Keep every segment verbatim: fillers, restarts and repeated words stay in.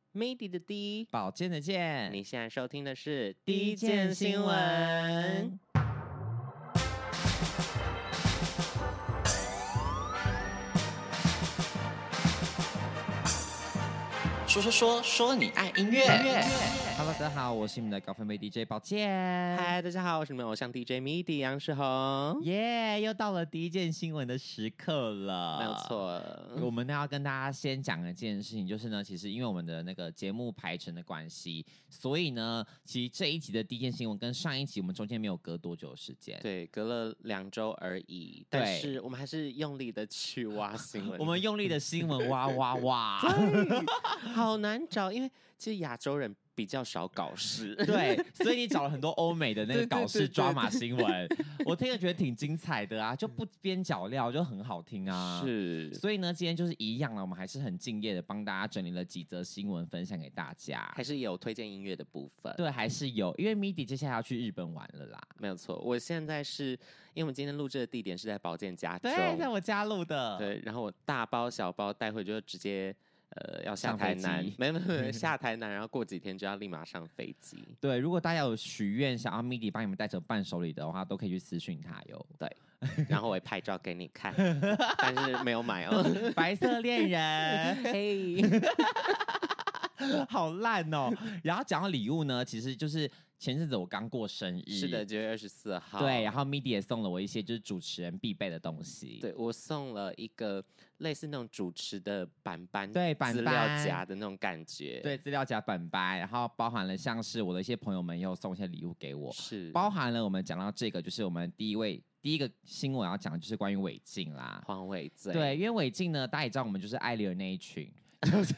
，Midi 的 D， 宝剑的剑。 你现在收听的是第一件新闻。 说说说说你爱音乐。 Hello， 大家好，我是你们的高分贝 D J 宝剑。 嗨，大家好，我是你们偶像 D J Midi 杨世宏。 耶、yeah, 又到了第一件新闻的时刻了。 没有错， 我们呢要跟大家先讲一件事情，就是呢，其实因为我们的那个节目排程的关系，所以呢，其实这一集的第一件新闻跟上一集我们中间没有隔多久的时间， 对，隔了两周而已。但是我们还是用力的去挖新闻， 我们用力的新闻挖挖挖， 好难找，因为其实亚洲人比较少搞事， 对，所以你找了很多欧美的那个搞事抓马新闻，我听了觉得挺精彩的啊，就不边角料就很好听啊。 是， 所以呢，今天就是一样了，我们还是很敬业的帮大家整理了几则新闻分享给大家， 还是有推荐音乐的部分。 对，还是有，因为 Midi 接下来要去日本玩了啦。 没有错，我现在是因为我们今天录制的地点是在宝剑家中， 对，在我家录的。 对，然后我大包小包带回就直接。呃，要下台南，没没没下台南，然后过几天就要立马上飞机。 对，如果大家有许愿想要 Midi 帮你们带成伴手礼的话，都可以去私讯他哟。 对，然后我会拍照给你看，但是没有买哦。 白色恋人， 嘿， 好烂哦。然后讲到礼物呢，其实就是前阵子我刚过生日， 是的，九月二十四号。 对，然后 Midi 也送了我一些就是主持人必备的东西。 对，我送了一个类似那种主持的板板， 对，板板资料夹的那种感觉。 对，资料夹板板，然后包含了像是我的一些朋友们也有送一些礼物给我， 是包含了我们讲到这个，就是我们第一位。第一个新闻要讲的就是关于韦静啦， 黄伟最对，因为韦静呢，大家也知道我们就是艾丽儿那一群，就是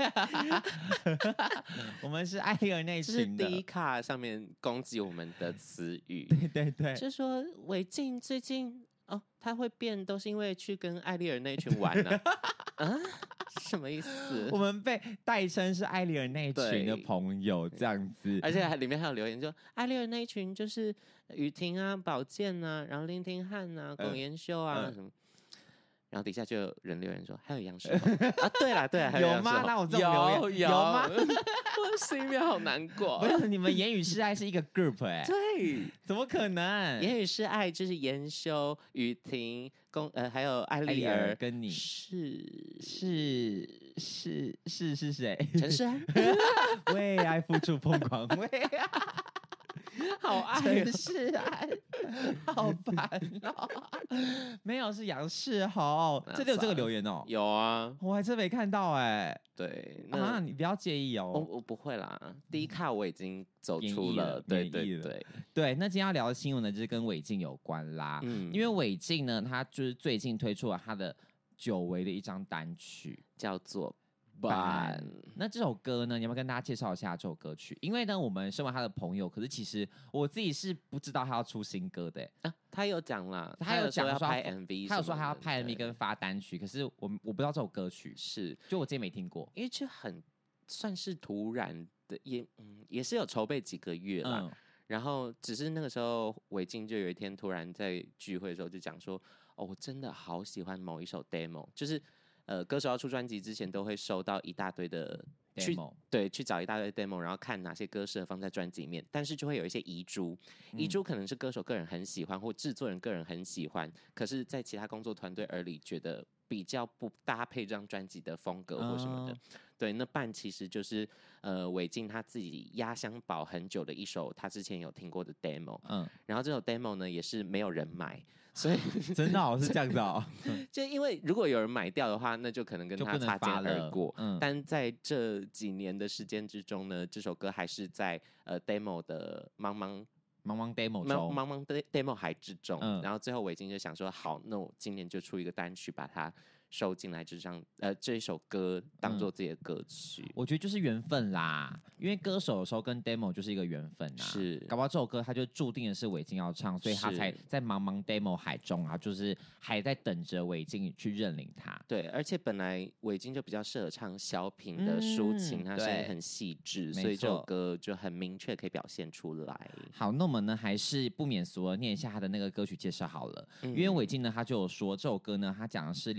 我们是艾丽儿那一群的， 是 D 卡上面攻击我们的词语， 对对对， 就说韦静最近哦，他会变都是因为去跟艾丽儿那一群玩呢、啊，啊，什么意思？ 我们被代称是艾丽儿那一群的朋友这样子， 而且还里面还有留言说艾丽儿那一群就是雨婷啊、宝剑啊，然后林廷汉啊、龚妍秀啊、嗯、什么。然后底下就有人留言说，还有杨世宏啊，对啦对啦，还有有吗？那我这种留言有, 有, 有吗？ 我心里面好难过。 不是，你们言语示爱是一个 group 哎、欸， 对， 怎么可能？ 言语示爱就是妍秀、雨婷、龚呃还有艾丽儿跟你是是是是是谁？ 陈世安为爱付出疯狂为爱。 好爱陈世安，好烦哦！没有，是杨世宏，这里有这个留言哦。 有啊， 我还真没看到哎、欸。 对， 那、啊、你不要介意哦。 我我不会啦，第一卡我已经走出了，对对对对。那今天要聊的新闻呢，就是跟韦静有关啦。嗯，因为韦静呢，他就是最近推出了他的久违的一张单曲， 叫做。 版那这首歌呢，你要不要跟大家介绍一下这首歌曲？因为呢，我们身为他的朋友，可是其实我自己是不知道他要出新歌的、欸啊。他有讲啦， 他有讲要拍 M V， 他有说他要拍 M V 跟发单曲，可是我我不知道这首歌曲， 是就我之前没听过， 因为就很算是突然的，也嗯也是有筹备几个月啦。嗯、然后只是那个时候，韦静就有一天突然在聚会的时候就讲说：“哦，我真的好喜欢某一首 demo， 就是。”呃，歌手要出专辑之前都会收到一大堆的 demo， 对，去找一大堆 demo， 然后看哪些歌适合放在专辑里面，但是就会有一些遗珠，遗珠可能是歌手个人很喜欢，或制作人个人很喜欢，可是，在其他工作团队耳里觉得比较不搭配这张专辑的风格或什么的。Oh. 对，那半其实就是呃韦静他自己压箱宝很久的一首他之前有听过的 demo， 嗯，然后这首 demo 呢也是没有人买。所以真的哦，是这样子哦。 就因为如果有人买掉的话，那就可能跟他擦肩而过。嗯，但在这几年的时间之中呢，这首歌还是在呃 demo 的茫茫茫茫 demo 中， 茫茫的 demo 海之中。嗯，然后最后韦静就想说，好，那我今年就出一个单曲，把它收进来，这张呃这一首歌当做自己的歌曲、嗯。 我觉得就是缘分啦，因为歌手有时候跟 demo 就是一个缘分啊。 是， 搞不好这首歌他就注定的是韦静要唱，所以他才在茫茫 demo 海中啊，就是还在等着韦静去认领他。 对，而且本来韦静就比较适合唱小品的抒情，他声音很细致，所以这首歌就很明确可以表现出来。 好，那我们呢还是不免俗念一下他的那个歌曲介绍好了，嗯、因为韦静呢他就有说这首歌呢，他讲的是两个相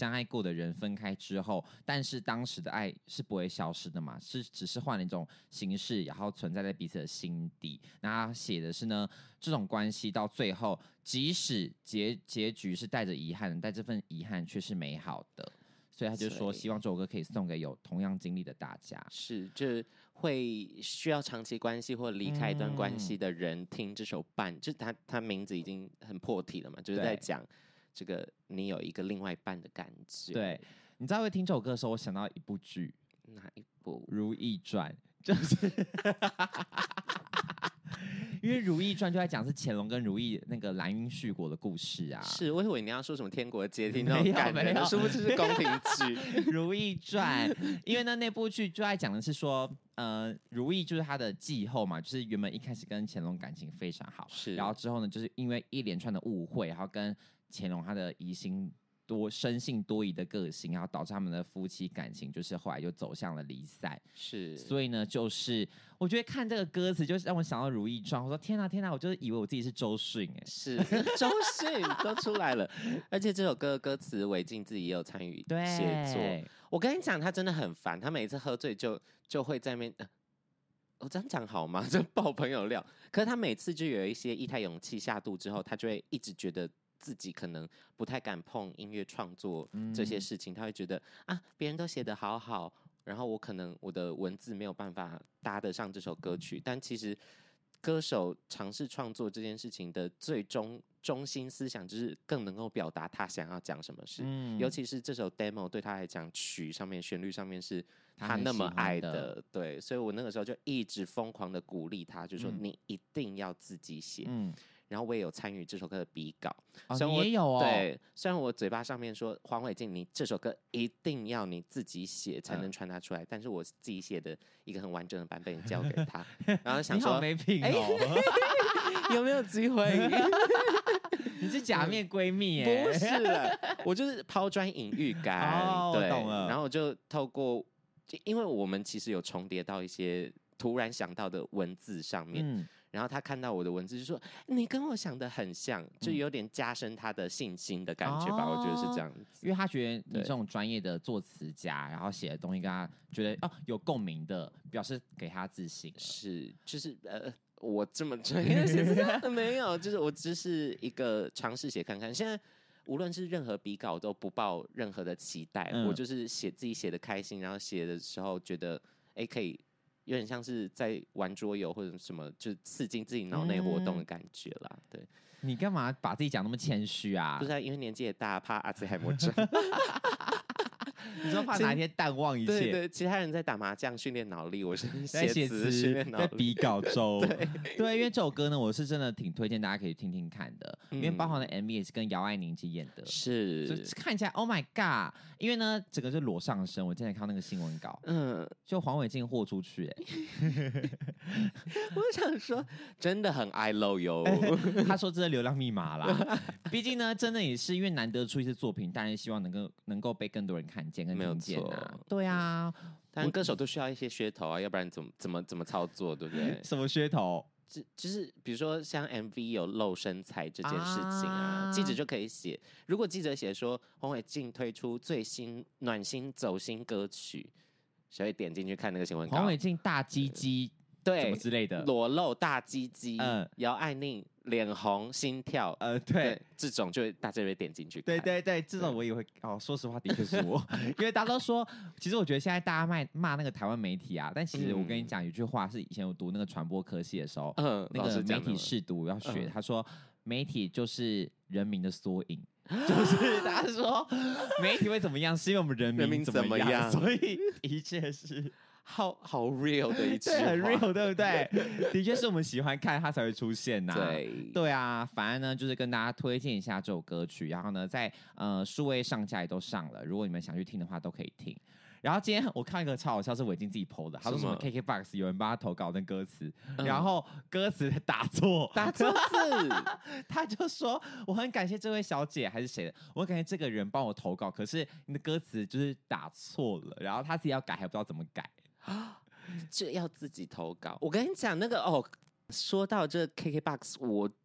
相爱过的人分开之后，但是当时的爱是不会消失的嘛，是只是换了一种形式，然后存在在彼此的心底。那他写的是呢，这种关系到最后，即使结结局是带着遗憾的，但这份遗憾却是美好的。所以他就说，希望这首歌可以送给有同样经历的大家。 是，就是会需要长期关系或离开一段关系的人听这首伴，嗯、就是他他名字已经很破题了嘛，就是在讲这个你有一个另外一半的感觉。 对，你知道会听这首歌的时候，我想到一部剧， 哪一部？ 《如懿传》，就是因为《如懿传》就在讲是乾隆跟如懿那个兰因絮果的故事啊。 是，我以为你要说什么天国接替那种感觉，殊不知是宫廷剧 《如懿传》。因为呢，那部剧就在讲的是说，呃，如懿就是她的继后嘛，就是原本一开始跟乾隆感情非常好， 是， 然后之后呢，就是因为一连串的误会，然后跟乾隆他的疑心多生性多疑的个性，然后导致他们的夫妻感情就是后来就走向了离散。 是， 所以呢，就是我觉得看这个歌词，就是让我想到《如懿传》。我说天哪天哪，我就是以为我自己是周迅哎， 是周迅都出来了，而且这首歌的歌词韦静自己也有参与写作。我跟你讲，他真的很烦，他每次喝醉就就会在那边。呃我、哦、这样讲好吗？就爆朋友料。可是他每次就有一些一太勇气下肚之后，他就会一直觉得自己可能不太敢碰音乐创作这些事情，嗯、他会觉得啊，别人都写得好好，然后我可能我的文字没有办法搭得上这首歌曲。但其实歌手尝试创作这件事情的最终中心思想，就是更能够表达他想要讲什么事。嗯、尤其是这首 demo 对他来讲，曲上面、旋律上面是他那么爱的，的对，所以我那个时候就一直疯狂的鼓励他，就说你一定要自己写。嗯，然后我也有参与这首歌的笔稿， 哦、虽然我你也有哦。 对，虽然我嘴巴上面说黄伟晋，你这首歌一定要你自己写才能传达出来，嗯、但是我自己写的一个很完整的版本交给他，然后想说你好没品哦， 欸、有没有机会？ 你是假面闺蜜耶？ 不是了，我就是抛砖引玉感。 哦， 对， 我懂了。 然后我就透过，因为我们其实有重叠到一些突然想到的文字上面。嗯，然后他看到我的文字就说：“你跟我想的很像，就有点加深他的信心的感觉吧。嗯”我觉得是这样子， 因为他觉得你这种专业的作词家，然后写的东西跟他觉得哦有共鸣的，表示给他自信。 是，就是呃，我这么专业的写词家没有，就是我只是一个尝试写看看。现在无论是任何笔稿都不抱任何的期待，嗯、我就是写自己写的开心，然后写的时候觉得哎可以。有点像是在玩桌游或者什么，就刺激自己脑内活动的感觉啦。嗯、对， 你干嘛把自己讲那么谦虚啊？ 不是、啊，因为年纪也大，怕阿兹海默症。 你说怕哪一天淡忘一切？ 对对，其他人在打麻将训练脑力，我是写词训练脑力， 在比稿中。对, 对，因为这首歌呢，我是真的挺推荐大家可以听听看的，嗯、因为包含的 M V 也是跟姚爱宁一起演的， 是， 所以看起来 Oh my God！ 因为呢，整个是裸上身，我之前看到那个新闻稿，嗯，就黄伟晋豁出去、欸， 我想说，真的很爱露哟。 他说这是流量密码啦，毕竟呢，真的也是因为难得出一次作品，当然希望能够能够被更多人看见跟听见啊。对啊， 当然歌手都需要一些噱头啊，要不然怎么怎么怎么操作，对不对？ 什么噱头？ 就就是比如说像 M V 有露身材这件事情啊，啊记者就可以写。如果记者写说黄伟晋推出最新暖心走心歌曲，谁会点进去看那个新闻稿？ 黄伟晋大鸡鸡，对，什么之类的， 裸露大鸡鸡，嗯，姚爱宁脸红心跳， 呃，对， 对这种就大家会点进去看。 对对对，这种我也会哦。说实话，的确是我，因为大家都说，其实我觉得现在大家骂骂那个台湾媒体啊，但其实我跟你讲，有句话是以前我读那个传播科系的时候，嗯，那个媒体试读要学，嗯、他说媒体就是人民的缩影。就是他说媒体会怎么样，是因为我们人民怎么样，所以的确是好好 real 的一句话， 对，很 real， 对不对？的确是我们喜欢看它才会出现呐、啊。 对， 对啊，反正呢就是跟大家推荐一下这首歌曲，然后呢在呃数位上架也都上了，如果你们想去听的话都可以听。然后今天我看一个超好笑，是伟晋自己 P O 的，他说什么 K K B O X 有人帮他投稿那歌词，嗯、然后歌词打错， 打错字， 他就说我很感谢这位小姐还是谁的，我很感谢这个人帮我投稿，可是你的歌词就是打错了，然后他自己要改还不知道怎么改， 这要自己投稿。我跟你讲那个哦，说到这 K K B O X 我。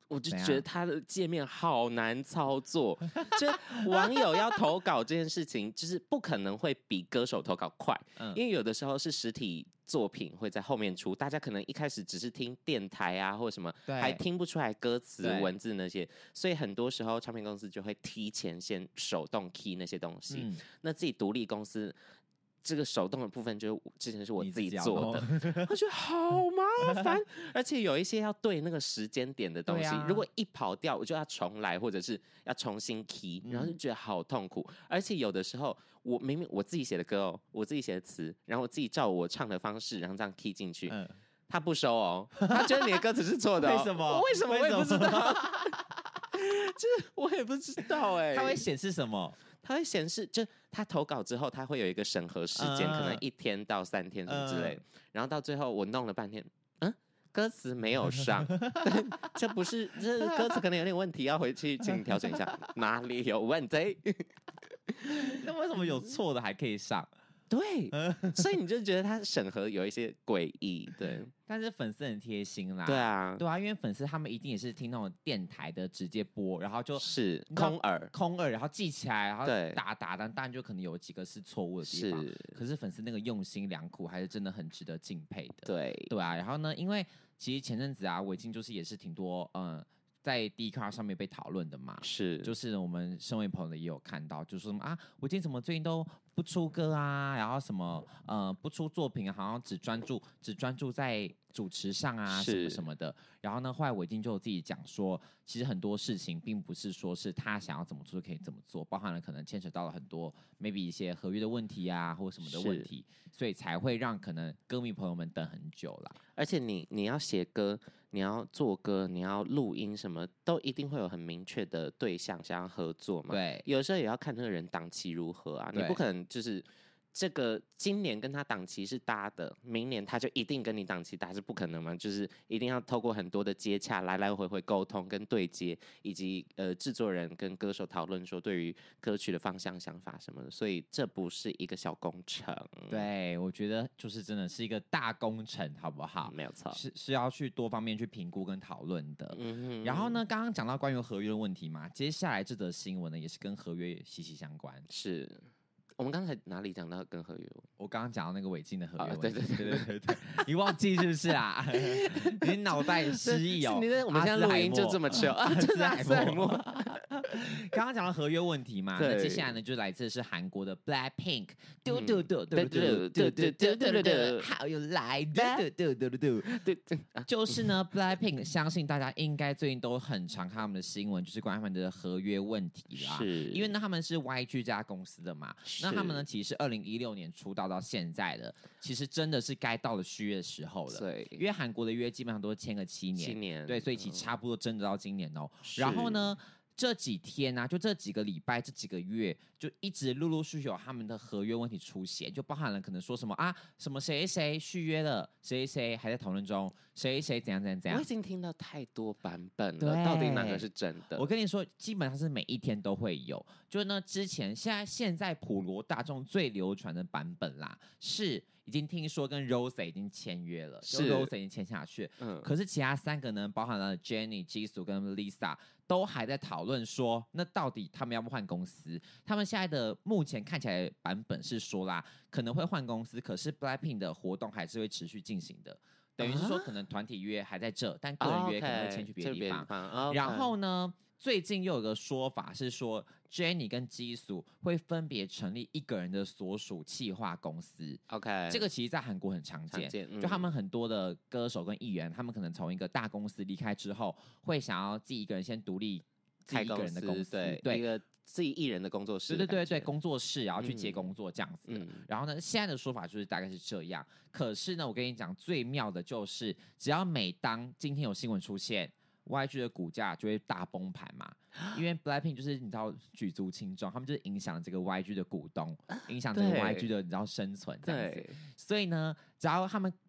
我就觉得他的界面好难操作，就网友要投稿这件事情，就是不可能会比歌手投稿快，嗯、因为有的时候是实体作品会在后面出，大家可能一开始只是听电台啊或什么，还听不出来歌词文字那些，所以很多时候唱片公司就会提前先手动 key 那些东西，嗯、那自己独立公司。这个手动的部分就是之前是我自己做的，我觉得好麻烦，而且有一些要对那个时间点的东西，啊、如果一跑掉，我就要重来，或者是要重新 key，然后就觉得好痛苦。嗯、而且有的时候，我明明我自己写的歌哦，我自己写的词，然后我自己照我唱的方式，然后这样 key 进去，嗯、他不收哦，他觉得你的歌词是错的、哦， 为什么？ 为什么我也不知道，就是我也不知道哎、欸， 它会显示什么？ 它会显示，就他投稿之后，他会有一个审核时间，嗯、可能一天到三天什么之类的。嗯、然后到最后，我弄了半天，嗯，歌词没有上，这不是这歌词可能有点问题，要回去请调整一下，哪里有问题？ 那为什么有错的还可以上？ 对，所以你就觉得他审核有一些诡异，对。 但是粉丝很贴心啦， 对啊， 对啊，因为粉丝他们一定也是听那种电台的直接播，然后就是空耳， 空耳，然后记起来，然后打打，但当然就可能有几个是错误的地方。是，可是粉丝那个用心良苦，还是真的很值得敬佩的。 对， 对啊。然后呢，因为其实前阵子啊，伟晋就是也是挺多嗯。在 Dcard 上面被讨论的嘛， 是， 就是我们身为朋友也有看到，就说什么啊，伟晋怎么最近都不出歌啊，然后什么呃不出作品，好像只专注只专注在主持上啊什么什么的。然后呢，后来伟晋就有自己讲说，其实很多事情并不是说是他想要怎么做就可以怎么做，包含了可能牵扯到了很多 maybe 一些合约的问题啊，或什么的问题，所以才会让可能歌迷朋友们等很久啦。 而且你你要写歌。你要做歌，你要录音，什么都一定会有很明确的对象想要合作嘛。 对， 有时候也要看那个人档期如何啊。你不可能就是这个今年跟他档期是搭的，明年他就一定跟你档期搭，是不可能嘛？就是一定要透过很多的接洽，来来回回沟通跟对接，以及呃制作人跟歌手讨论说对于歌曲的方向想法什么的。所以这不是一个小工程。 对，我觉得就是真的是一个大工程，好不好？ 没有错， 是是要去多方面去评估跟讨论的。嗯，然后呢，刚刚讲到关于合约的问题嘛，接下来这则新闻呢也是跟合约息息相关。 是。我们刚才哪里讲到跟合约？ 我刚刚讲到那个伟晋的合约、 哦，对对对对对对， 你忘记是不是啊？你脑袋失忆哦！ 你我们现在录音就这么久啊，真的阿兹海默。 刚刚讲到合约问题嘛，那接下来呢就来自是韩国的 Blackpink， 嘟嘟嘟嘟嘟嘟嘟嘟嘟嘟 ，How you like that？ 嘟嘟嘟嘟嘟，就是呢 Blackpink， 相信大家应该最近都很常看他们的新闻，就是关于他们的合约问题啦。 是， 因为呢他们是 Y G 这家公司的嘛。那他们呢，其实是二零一六年出道到现在的，其实真的是该到了续约的时候了。 对， 因为韩国的约基本上都是签个七年， 七年， 对，所以其实差不多真的到今年哦。然后呢，这几天啊，就这几个礼拜、这几个月，就一直陆陆续续有他们的合约问题出现，就包含了可能说什么啊，什么谁谁续约了，谁谁还在讨论中，谁谁怎样怎样怎样。 我已经听到太多版本了，到底哪个是真的？ 我跟你说，基本上是每一天都会有。就呢，之前现在现在普罗大众最流传的版本啦，是已经听说跟 Rose 已经签约了，是 Rose 已经签下去。嗯，可是其他三个呢，包含了 Jennie、Jisoo 跟 Lisa。都还在讨论说，那到底他们要不换公司？他们现在的目前看起来的版本是说啦，可能会换公司，可是 Blackpink 的活动还是会持续进行的。等于是说，可能团体约还在这，但个人约可能会迁去别的地方。 Oh, okay. 然后呢，最近又有个说法是说 ，Jennie 跟Jisoo会分别成立一个人的所属企划公司。 OK， 这个其实在韩国很常见，常见嗯、就他们很多的歌手跟艺人，他们可能从一个大公司离开之后，会想要自己一个人先独立自己一个人的公司， 对，对一个自己艺人的工作室， 对对对对，工作室然后去接工作这样子的。嗯、然后呢，现在的说法就是大概是这样。可是呢，我跟你讲，最妙的就是，只要每当今天有新闻出现。Y G 的股价就会大崩盘嘛，因为 Blackpink 就是你知道举足轻重，他们就是影响这个 Y G 的股东，影响这个 Y G 的你知道生存这样子。所以呢，只要他们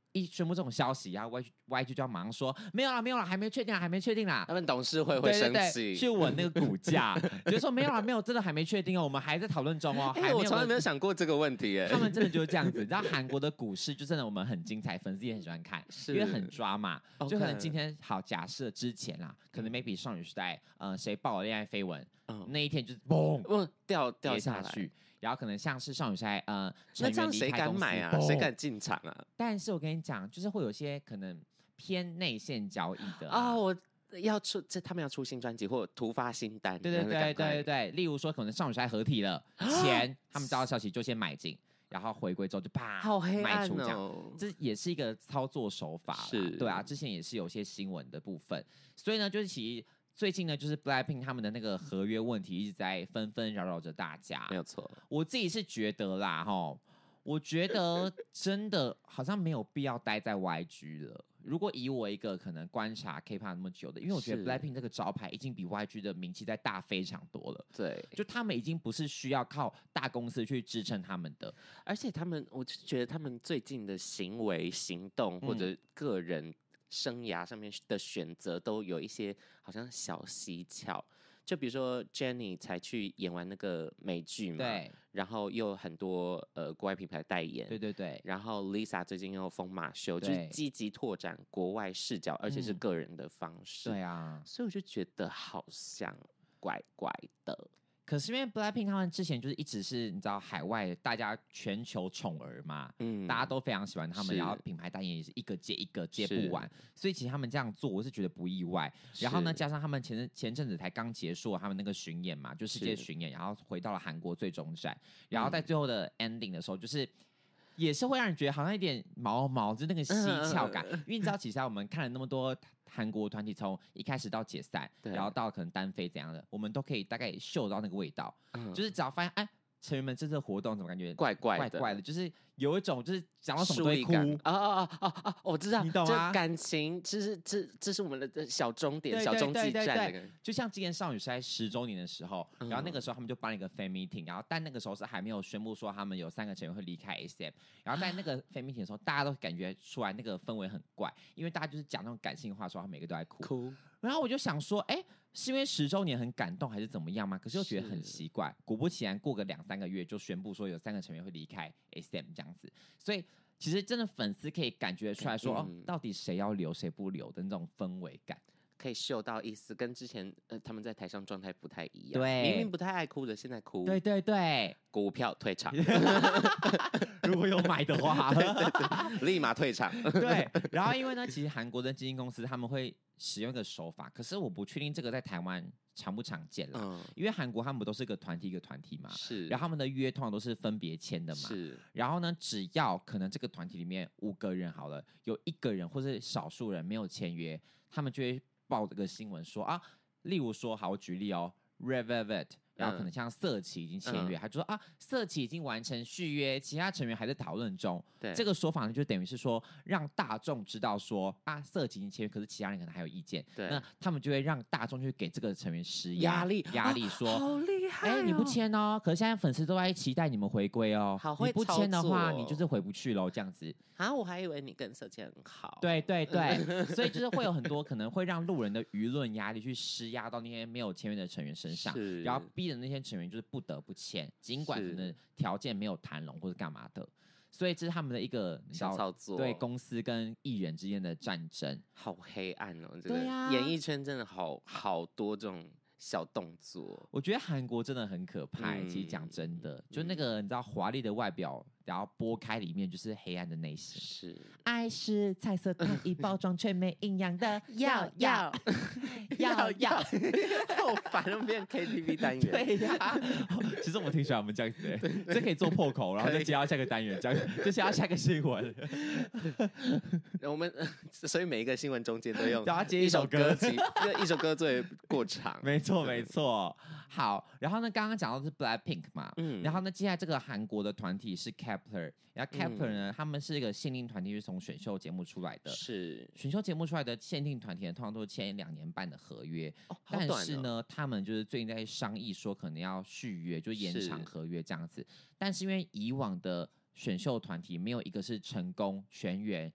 一宣布这种消息，然后 Y G Y G 就要马上说没有啦，没有啦，还没确定啦，还没确定啦。 他们董事会会生气， 去稳那个股价，就说没有啦，没有，真的还没确定哦，我们还在讨论中哦。 哎、欸，我从来没有想过这个问题耶。 他们真的就是这样子，你知道韩国的股市就真的我们很精彩，粉丝也很喜欢看，因为很抓嘛。Okay. 就可能今天好，假设之前啦，可能 maybe 少女时代，呃，谁爆了恋爱绯闻，嗯、那一天就是嘣掉掉下去。然后可能像是少女时代，呃， 那这样谁敢买啊？谁敢进场啊？ 但是我跟你讲，就是会有些可能偏内线交易的啊，哦、我要出这他们要出新专辑或突发新单， 对对对对对对，例如说可能少女时代合体了，前他们知道消息就先买进，然后回归之后就啪， 好黑暗哦，卖出这样，这也是一个操作手法， 是， 对啊，之前也是有些新闻的部分，所以呢，就是其实。最近呢，就是 Blackpink 他们的那个合约问题一直在纷纷扰扰着大家。 没有错， 我自己是觉得啦，哈，我觉得真的好像没有必要待在 Y G 了。如果以我一个可能观察 K-pop 那么久的，因为我觉得 Blackpink 这个招牌已经比 Y G 的名气再大非常多了。 对， 就他们已经不是需要靠大公司去支撑他们的， 而且他们，我就觉得他们最近的行为、行动或者个人。生涯上面的选择都有一些好像小蹊跷，就比如说 Jennie 才去演完那个美剧嘛， 对， 然后又有很多呃国外品牌代言， 对对对， 然后 Lisa 最近又疯马秀，就是积极拓展国外视角，而且是个人的方式， 嗯、对啊， 所以我就觉得好像怪怪的。 可是因为 Blackpink 他们之前就是一直是你知道海外大家全球宠儿嘛，嗯，大家都非常喜欢他们，然后品牌代言也是一个接一个接不完，所以其实他们这样做我是觉得不意外。然后呢，加上他们前前阵子才刚结束了他们那个巡演嘛，就世界巡演，然后回到了韩国最终站，然后在最后的 ending 的时候，就是也是会让人觉得好像一点毛毛，就是那个蹊跷感，因为你知道，其实我们看了那么多。韩国团体从一开始到解散，然后到可能单飞怎样的，我们都可以大概嗅到那个味道，嗯、就是只要发现哎，成员们这次活动怎么感觉怪怪的，怪怪的，就是有一种就是讲到什么都会哭啊啊啊啊！我知道， 你懂吗？ 感情，这是这这是我们的小终点，小中继站那个。 就像今年少女时代十周年的时候，嗯、然后那个时候他们就办了一个 fan meeting， 然后但那个时候是还没有宣布说他们有三个成员会离开 S M， 然后在那个 fan meeting 的时候，大家都感觉出来那个氛围很怪，因为大家就是讲那种感性话，说他每个都在哭。 哭。 然后我就想说，哎。是因为十周年很感动还是怎么样吗？可是又觉得很奇怪。果不其然，过个两三个月就宣布说有三个成员会离开 S M 这样子，所以其实真的粉丝可以感觉出来说，嗯、哦，到底谁要留谁不留的那种氛围感， 可以嗅到意思，跟之前呃他们在台上状态不太一样。 对， 明明不太爱哭的，现在哭。 对对对， 股票退场。 如果有买的话， 对对对立马退场。 对，然后因为呢，其实韩国的基金公司他们会使用一个手法，可是我不确定这个在台湾常不常见啦。嗯、因为韩国他们不都是一个团体一个团体嘛， 是， 然后他们的约通常都是分别签的嘛， 是。 然后呢，只要可能这个团体里面五个人好了，有一个人或是少数人没有签约，他们就会报这个新闻说啊，例如说，好，我举例哦 ，Red Velvet。然后可能像色奇已经签约，嗯、他就说啊，色奇已经完成续约，其他成员还在讨论中。 对， 这个说法呢，就等于是说让大众知道说啊，色奇已经签约，可是其他人可能还有意见。 对， 那他们就会让大众去给这个成员施压力， 压力说， 哦、好厉害、哦！ 哎，你不签哦，可是现在粉丝都在期待你们回归哦。 好会你不签的话，你就是回不去喽，这样子。 啊，我还以为你跟色奇很好。 对对对，所以就是会有很多可能会让路人的舆论压力去施压到那些没有签约的成员身上，然后逼着那些成员就是不得不签，尽管可能条件没有谈拢或者干嘛的，所以这是他们的一个小操作， 对公司跟艺人之间的战争， 好黑暗哦！这个对啊， 演艺圈真的好好多这种小动作， 我觉得韩国真的很可怕、欸。嗯、其实讲真的，就那个你知道华丽的外表，然后剥开里面就是黑暗的内心。 是， 爱是彩色糖衣包装却没营养的要要要要， 好烦，我变 K T V 单元。 对呀、啊，其实我挺喜欢我们这样子的、欸，这可以做破口，然后再接到下个单元，这样就接到下个新闻。 我们所以每一个新闻中间都用接一首歌， 一首歌作为过场。 没错没错。好，然后呢，刚刚讲到的是 Blackpink 嘛，嗯，然后呢，接下来这个韩国的团体是 Kep1er， 然后 Kep1er 呢，嗯、他们是一个限定团体，是从选秀节目出来的， 是选秀节目出来的限定团体呢，通常都是签两年半的合约， 哦哦、 但是呢，他们就是最近在商议说可能要续约，就延长合约这样子，但是因为以往的选秀团体没有一个是成功全员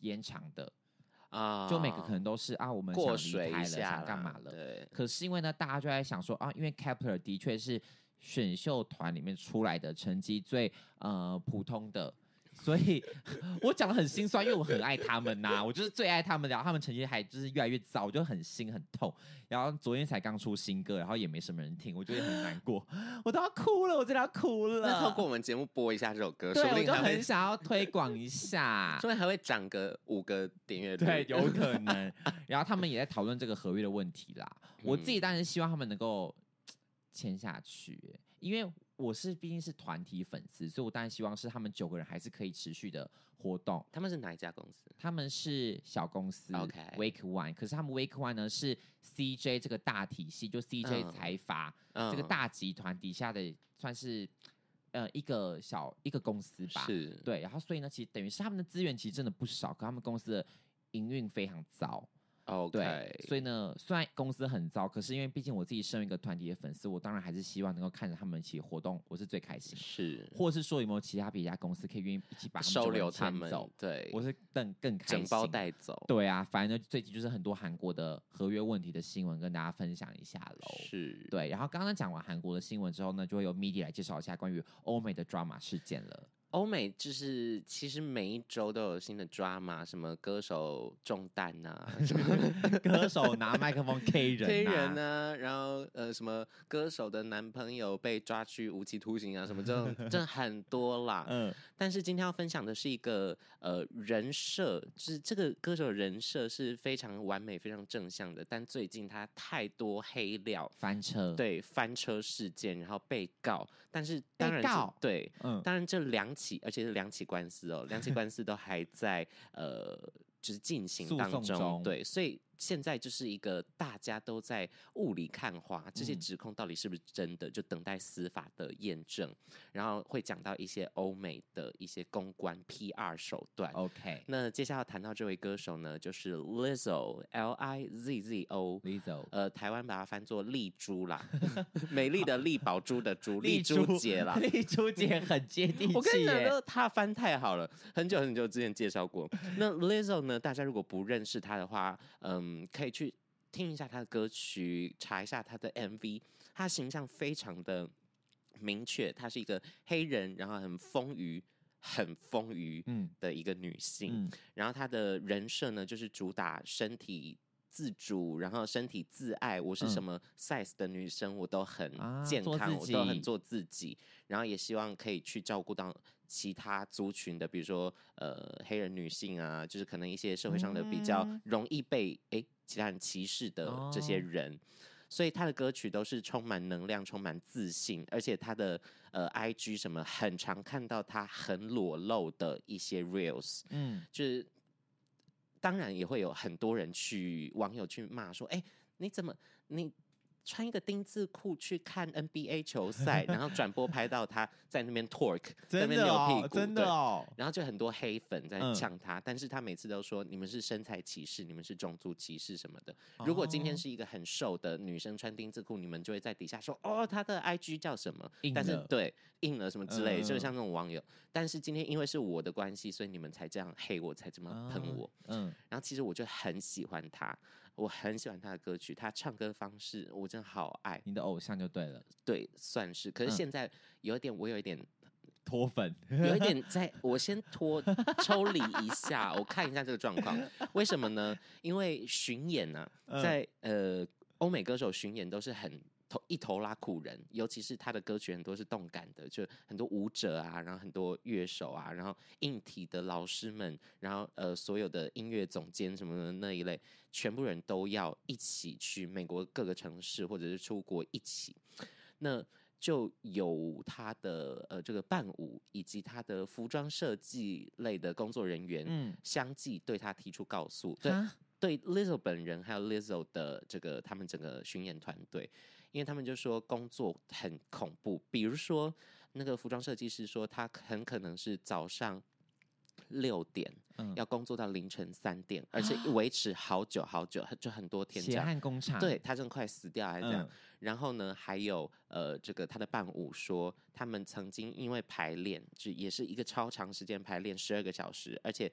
延长的。啊，就每个可能都是啊，我们想离开了，想干嘛了？对。可是因为呢，大家就在想说啊，因为 Kep1er 的确是选秀团里面出来的成绩最呃普通的，所以我讲的很心酸，因为我很爱他们呐、啊，我就是最爱他们，然后他们成绩还就是越来越糟，我就很心很痛。然后昨天才刚出新歌，然后也没什么人听，我觉得很难过，我都要哭了，我真的要哭了。 那透过我们节目播一下这首歌， 对， 说不定我就很想要推广一下， 说不定还会涨个五个点阅率， 对，有可能。然后他们也在讨论这个合约的问题啦，我自己当然希望他们能够签下去，因为我是毕竟是团体粉丝，所以我当然希望是他们九个人还是可以持续的活动。 他们是哪一家公司？ 他们是小公司 ，OK Wake One， 可是他们 Wake One 呢是 C J 这个大体系，就 C J 财阀、嗯、这个大集团底下的算是呃一个小一个公司吧。 是， 对，然后所以呢，其实等于是他们的资源其实真的不少，可他们公司的营运非常糟。 Okay. 对，所以呢，虽然公司很糟，可是因为毕竟我自己身为一个团体的粉丝，我当然还是希望能够看着他们一起活动，我是最开心。 是， 或是说有没有其他别家公司可以愿意一起把他们收留他们走？对， 我是更更开心， 整包带走。 对啊，反正最近就是很多韩国的合约问题的新闻跟大家分享一下喽。 是， 对。然后刚刚讲完韩国的新闻之后呢，就会由 Midi 来介绍一下关于欧美的 drama 事件了。 欧美就是其实每一周都有新的 drama， 什么歌手中弹啊，什么歌手拿麦克风 K 人、啊、 K 人啊，然后呃什么歌手的男朋友被抓去无期徒刑啊，什么这种真的很多啦。嗯，但是今天要分享的是一个呃人设，就是这个歌手人设是非常完美、非常正向的，但最近他太多黑料， 翻车， 对翻车事件，然后被告，但是当然被告对，嗯，当然这两起。而且是两起官司哦，两起官司都还在呃，就是进行当中， 中对，所以现在就是一个大家都在雾里看花，这些指控到底是不是真的，就等待司法的验证。然后会讲到一些欧美的一些公关 P R 手段。 OK， 那接下来谈到这位歌手呢，就是 Lizzo，L I Z Z O，Lizzo， 呃，台湾把它翻作丽珠啦，美丽的丽，宝珠的珠，丽珠姐啦， 丽珠姐很接地气耶。 我跟你讲，她翻太好了，很久很久之前介绍过。那 Lizzo 呢，大家如果不认识她的话，嗯。嗯，可以去听一下他的歌曲，查一下他的 M V。他形象非常的明确，她是一个黑人，然后很丰腴、很丰腴的一个女性。嗯、然后她的人设呢，就是主打身体自主，然后身体自爱。我是什么 size 的女生，我都很健康，啊、我都很做自己。然后也希望可以去照顾到其他族群的，比如说呃黑人女性啊，就是可能一些社会上的比较容易被哎、嗯、其他人歧视的这些人。哦，所以他的歌曲都是充满能量、充满自信，而且他的呃 I G 什么很常看到他很裸露的一些 reels， 嗯，就是当然也会有很多人去网友去骂说，哎、欸，你怎么你穿一个丁字裤去看 N B A 球赛，然后转播拍到他在那边 twerk， 在那边扭屁股， 真的哦， 然后就很多黑粉在呛他，嗯、但是他每次都说你们是身材歧视，你们是种族歧视什么的。哦、如果今天是一个很瘦的女生穿丁字裤，你们就会在底下说哦，她的 I G 叫什么？但是对硬了什么之类的，嗯、就像那种网友。但是今天因为是我的关系，所以你们才这样黑我，才这么喷我。嗯，然后其实我就很喜欢他。我很喜欢他的歌曲，他唱歌方式我真的好爱。 你的偶像就对了， 对，算是。可是现在有一点，我有一点脱粉， 有一点在，我先脱抽离一下，我看一下这个状况。为什么呢？因为巡演呢、啊，在呃欧美歌手巡演都是很一头拉苦人，尤其是他的歌曲很多是动感的，就很多舞者啊，然后很多乐手啊，然后硬体的老师们，然后呃所有的音乐总监什么的那一类，全部人都要一起去美国各个城市或者是出国一起，那就有他的呃这个伴舞以及他的服装设计类的工作人员，嗯，相继对他提出告诉，对对 Lizzo 本人还有 Lizzo 的这个他们整个巡演团队。因为他们就说工作很恐怖，比如说那个服装设计师说他很可能是早上六点、嗯、要工作到凌晨三点，而且维持好久好久，就很多天这样。 血汗工厂， 对，他真的快死掉还是这样。嗯、然后呢，还有呃，这个他的伴舞说，他们曾经因为排练，就也是一个超长时间排练十二个小时，而且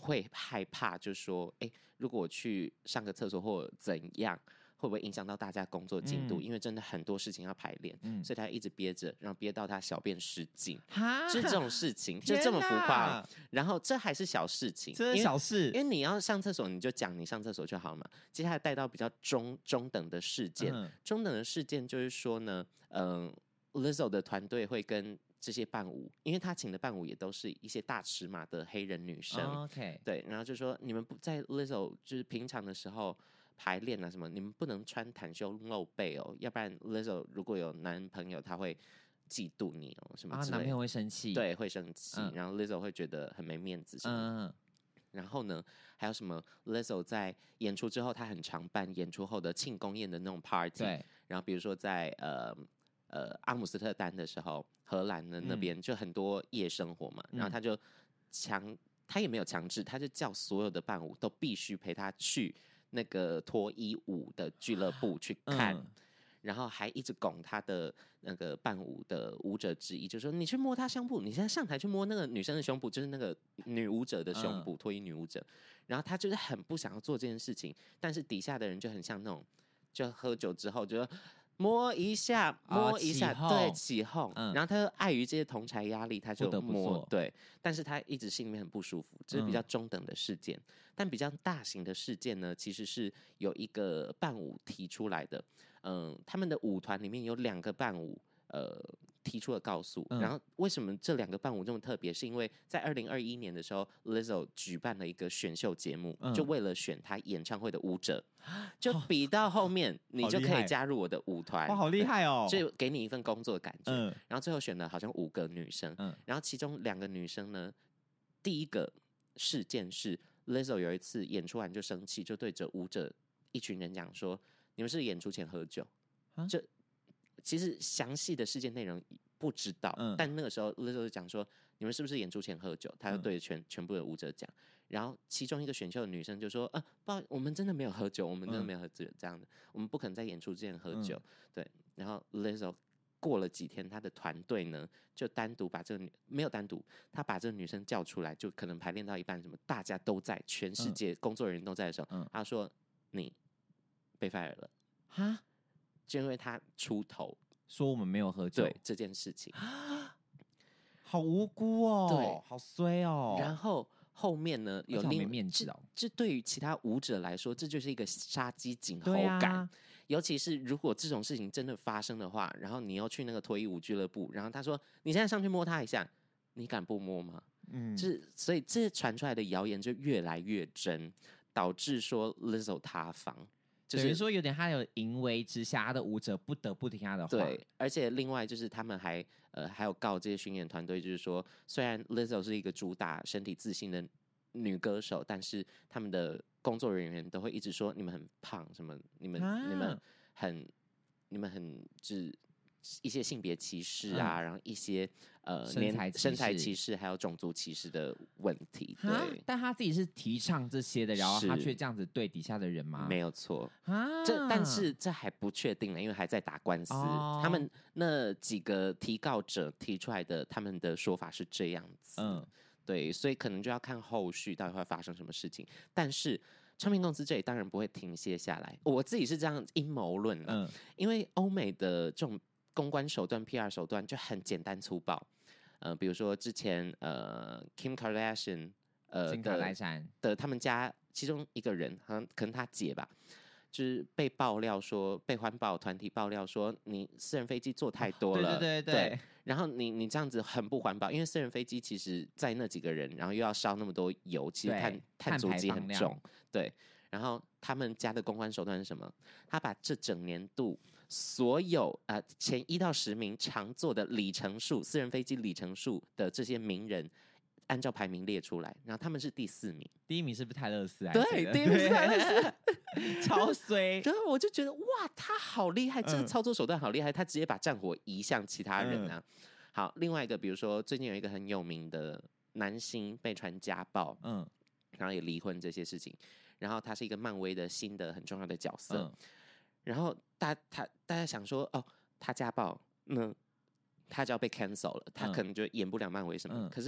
会害怕，就说，哎，如果我去上个厕所或怎样，会不会影响到大家工作进度？嗯、因为真的很多事情要排练，嗯、所以他一直憋着，然后憋到他小便失禁，就是这种事情，就这么浮夸。然后这还是小事情， 这是小事， 因为你要上厕所，你就讲你上厕所就好嘛。接下来带到比较中中等的事件，嗯、中等的事件就是说呢，嗯、呃、，Lizzo 的团队会跟这些伴舞，因为他请的伴舞也都是一些大尺码的黑人女生， 哦、OK， 对，然后就说你们不在 Lizzo 就是平常的时候。排练啊什么，你们不能穿袒胸露背哦，要不然 Lizzo 如果有男朋友，他会嫉妒你哦，什么之类的。 啊，男朋友会生气， 对，会生气，嗯、然后 Lizzo 会觉得很没面子什么的。嗯，然后呢，还有什么 Lizzo 在演出之后，他很常办演出后的庆功宴的那种 party。 对， 然后比如说在呃呃阿姆斯特丹的时候，荷兰的那边就很多夜生活嘛，嗯、然后他就强，他也没有强制，他就叫所有的伴舞都必须陪他去。那个脱衣舞的俱乐部去看，嗯、然后还一直拱他的那个伴舞的舞者之一，就说你去摸他胸部，你现在上台去摸那个女生的胸部，就是那个女舞者的胸部，脱衣女舞者。然后他就是很不想要做这件事情，但是底下的人就很像那种，就喝酒之后就说摸一下，摸一下， 哦、 对，起哄。嗯、然后他又碍于这些同侪压力，他就摸，对。但是他一直心里面很不舒服，这是比较中等的事件。嗯、但比较大型的事件呢，其实是有一个伴舞提出来的。嗯，他们的舞团里面有两个伴舞，呃。提出了告诉，嗯、然后为什么这两个伴舞这么特别？是因为在二零二一年的时候 ，Lizzo 举办了一个选秀节目，嗯、就为了选她演唱会的舞者，就比到后面、哦、你就可以加入我的舞团， 哇，好厉害哦！ 就给你一份工作的感觉。嗯、然后最后选了好像五个女生，嗯、然后其中两个女生呢，第一个事件是 Lizzo 有一次演出完就生气，就对着舞者一群人讲说：“你们是演出前喝酒。啊”这其实详细的事件内容不知道，嗯、但那个时候 Lizzo 就讲说，你们是不是演出前喝酒？他就对全、嗯、全部的舞者讲，然后其中一个选秀的女生就说，呃，不好意思，我们真的没有喝酒，我们真的没有喝酒，这样的，我们不可能在演出之前喝酒。嗯、对，然后 Lizzo 过了几天，他的团队呢就单独把这个女没有单独，他把这个女生叫出来，就可能排练到一半，什么大家都在，全世界工作人员都在的时候，嗯、他说你被 fire 了， 哈。 就因为他出头说我们没有喝酒， 对这件事情， 好无辜哦， 对， 好衰哦。 然后后面呢，有另没面子哦。 这对于其他舞者来说，这就是一个杀鸡儆猴感。啊、尤其是如果这种事情真的发生的话，然后你又去那个脱衣舞俱乐部，然后他说你现在上去摸他一下，你敢不摸吗？嗯，就是所以这传出来的谣言就越来越真，导致说 Lizzo 塌房。 等于说有点他有淫威之下，他的舞者不得不听他的话。 对，而且另外就是他们还呃还有告这些巡演团队，就是说虽然 Lizzo 是一个主打身体自信的女歌手，但是他们的工作人员都会一直说你们很胖，什么你们、啊、你们很你们很就是一些性别歧视啊，嗯、然后一些呃身材身材歧视，还有种族歧视的问题。对， 但他自己是提倡这些的，然后他却这样子对底下的人吗？ 没有错啊，这但是这还不确定呢，因为还在打官司。哦、他们那几个提告者提出来的，他们的说法是这样子。嗯，对，所以可能就要看后续到底会发生什么事情。但是唱片公司这里当然不会停歇下来，我自己是这样阴谋论了，嗯、因为欧美的这种公关手段、P R 手段就很简单粗暴，呃，比如说之前呃 Kim Kardashian 呃的的他们家其中一个人，好像可能他姐吧，就是被爆料说被环保团体爆料说你私人飞机坐太多了， 哦、对对对对, 对，然后你你这样子很不环保，因为私人飞机其实在那几个人，然后又要烧那么多油，其实碳碳足迹很重，对。然后他们家的公关手段是什么？他把这整年度所有呃前一到十名常坐的里程数，私人飞机里程数的这些名人，按照排名列出来，然后他们是第四名， 第一名是不是泰勒斯？ 对，第一名是泰勒斯，超衰。 然后我就觉得哇，他好厉害，这个操作手段好厉害，他直接把战火移向其他人啊。嗯、好，另外一个，比如说最近有一个很有名的男星被传家暴，嗯，然后也离婚这些事情。然后他是一个漫威的新的很重要的角色，嗯、然后大他大家想说，哦，他家暴，那他就要被 cancel 了，他可能就演不了漫威什么。嗯、可是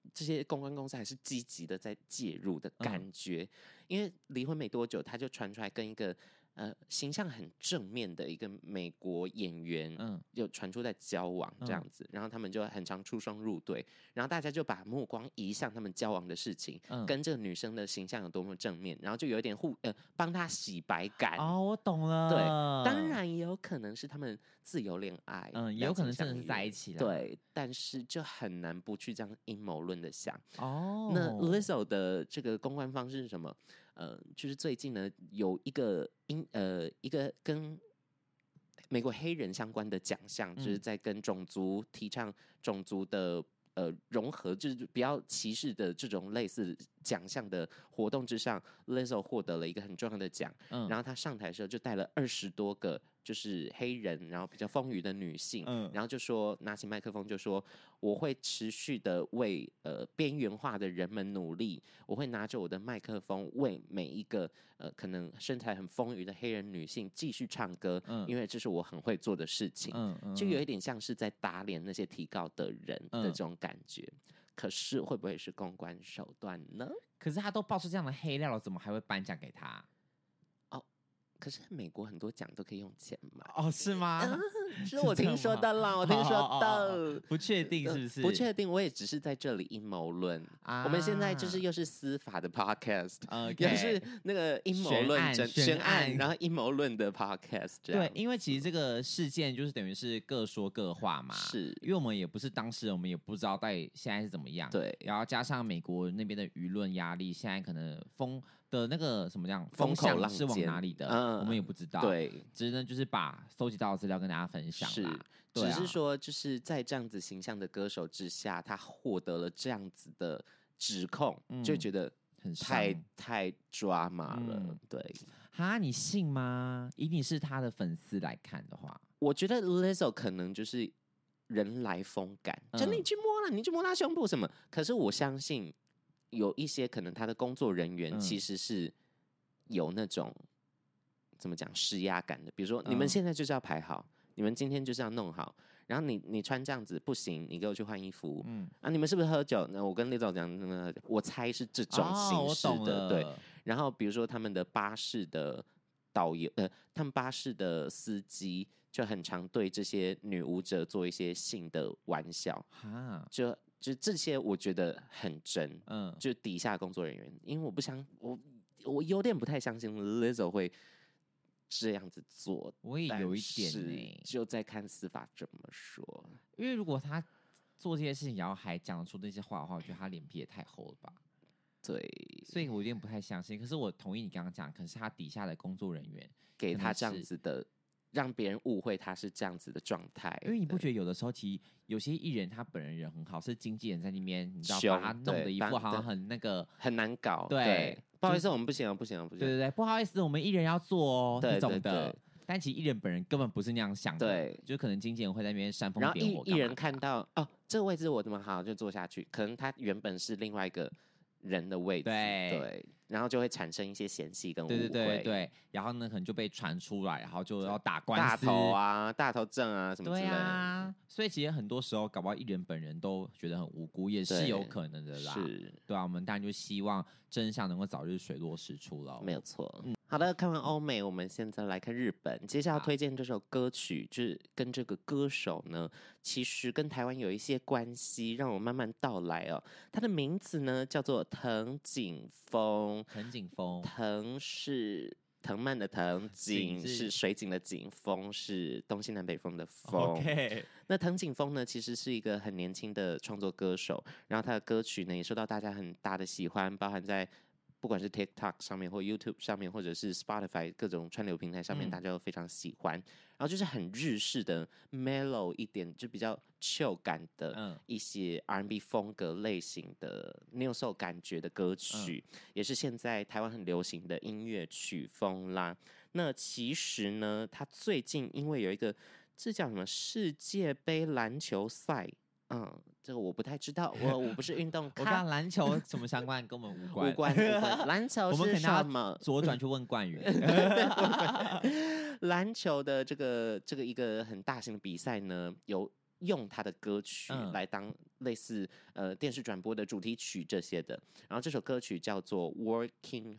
这些公关公司还是积极的在介入的感觉，嗯、因为离婚没多久，他就传出来跟一个呃形象很正面的一个美国演员，嗯，就传出在交往这样子，嗯、然后他们就很常出双入对，然后大家就把目光移向他们交往的事情，嗯、跟这个女生的形象有多么正面，然后就有一点互呃帮他洗白感。 哦，我懂了。 对，当然也有可能是他们自由恋爱， 嗯，也有可能真的是在一起了。 对，但是就很难不去这样阴谋论的想。哦，那 Lizzo 的这个公关方式是什么？呃，就是最近呢有一个因呃一个跟美国黑人相关的奖项，嗯、就是在跟种族提倡种族的呃融合，就是不要歧视的这种类似奖项的活动之上 ，Lizzo 获得了一个很重要的奖。嗯、然后他上台的时候就带了二十多个就是黑人，然后比较丰腴的女性，嗯、然后就说拿起麦克风就说。我会持续的为呃边缘化的人们努力，我会拿着我的麦克风为每一个呃可能身材很丰腴的黑人女性继续唱歌，嗯、因为这是我很会做的事情，嗯嗯、就有一点像是在打脸那些提告的人的这种感觉。嗯、可是会不会是公关手段呢？ 可是他都爆出这样的黑料了，怎么还会颁奖给他？ 可是美国很多奖都可以用钱买哦，是吗？ 嗯、是我听说的啦，我听说的，哦哦哦不确定是不是？ 不确定，我也只是在这里阴谋论。啊、我们现在就是又是司法的 podcast， 又是那个阴谋论悬悬案，然后阴谋论的 podcast。 对，因为其实这个事件就是等于是各说各话嘛， 是因为我们也不是当事人，我们也不知道到底现在是怎么样。 对， 然后加上美国那边的舆论压力，现在可能风。的那个什么样风向是往哪里的，嗯、我们也不知道。 对， 只能就是把搜集到的资料跟大家分享啦。 是，对啊、只是说就是在这样子形象的歌手之下，他获得了这样子的指控，嗯、就觉得很太太抓马了。嗯、对， 哈，你信吗？以你是他的粉丝来看的话， 我觉得 Lizzo 可能就是人来疯感，嗯、就你去摸了，你去摸他胸部什么。可是我相信。有一些可能他的工作人员其实是有那种、嗯、怎么讲施压感的，比如说、嗯、你们现在就是要排好，你们今天就是要弄好，然后你你穿这样子不行，你给我去换衣服，嗯啊，你们是不是喝酒？那我跟李总讲，那我猜是这种形式的， 哦、 对。然后比如说他们的巴士的导游，呃，他们巴士的司机就很常对这些女舞者做一些性的玩笑，哈，就。就这些我觉得很真，嗯，就底下工作人员，因为我不相我我有点不太相信 Lizzo 会这样子做， 我也有一点呢、 欸，就在看司法怎么说。 因为如果他做这些事情，然后还讲得出这些话的话，我觉得他脸皮也太厚了吧。 对， 所以我有点不太相信。可是我同意你刚刚讲，可是他底下的工作人员给他这样子的。让别人误会他是这样子的状态， 因为你不觉得有的时候，其实有些艺人他本人人很好，是经纪人在那边，你知道把他弄的一副好像很那个很难搞。 对， 对不好意思，我们不行了，不行了，不行了。 对对对，不好意思，我们艺人要做哦，这种的。但其实艺人本人根本不是那样想的， 对， 就可能经纪人会在那边煽风点火。 然后艺人看到哦，这个位置我怎么好就坐下去，可能他原本是另外一个人的位置， 对。 对然后就会产生一些嫌隙跟误会， 对对对对，然后呢可能就被传出来，然后就要打官司，大头啊、大头症啊什么之类的。 对啊，所以其实很多时候搞不好艺人本人都觉得很无辜，也是有可能的啦。 是， 对啊，我们当然就希望真相能够早日水落石出了。 没有错。嗯，好的，看完欧美，我们现在来看日本。接下来要推荐这首歌曲，就是跟这个歌手呢，其实跟台湾有一些关系，让我慢慢道来哦。他的名字呢叫做藤井风。 藤井风， 藤是藤蔓的藤，井是水井的井，风是东西南北风的风。 Okay. 那藤井风呢，其实是一个很年轻的创作歌手，然后他的歌曲呢也受到大家很大的喜欢，包含在不管是 TikTok 上面或 YouTube 上面，或者是 Spotify 各种串流平台上面，嗯、大家都非常喜欢。然后就是很日式的 mellow 一点，就比较 chill 感的一些 R and B 风格类型的 Neo Soul 感觉的歌曲，嗯、也是现在台湾很流行的音乐曲风啦。那其实呢，他最近因为有一个这叫什么世界杯篮球赛。嗯，这个我不太知道，我我不是运动咖。 我看篮球什么相关，跟我们无关。 无关无关。篮球是什么？ 左转去问冠宇。 篮球的这个这个一个很大型的比赛呢，有用他的歌曲来当类似呃电视转播的主题曲这些的。然后这首歌曲叫做 Working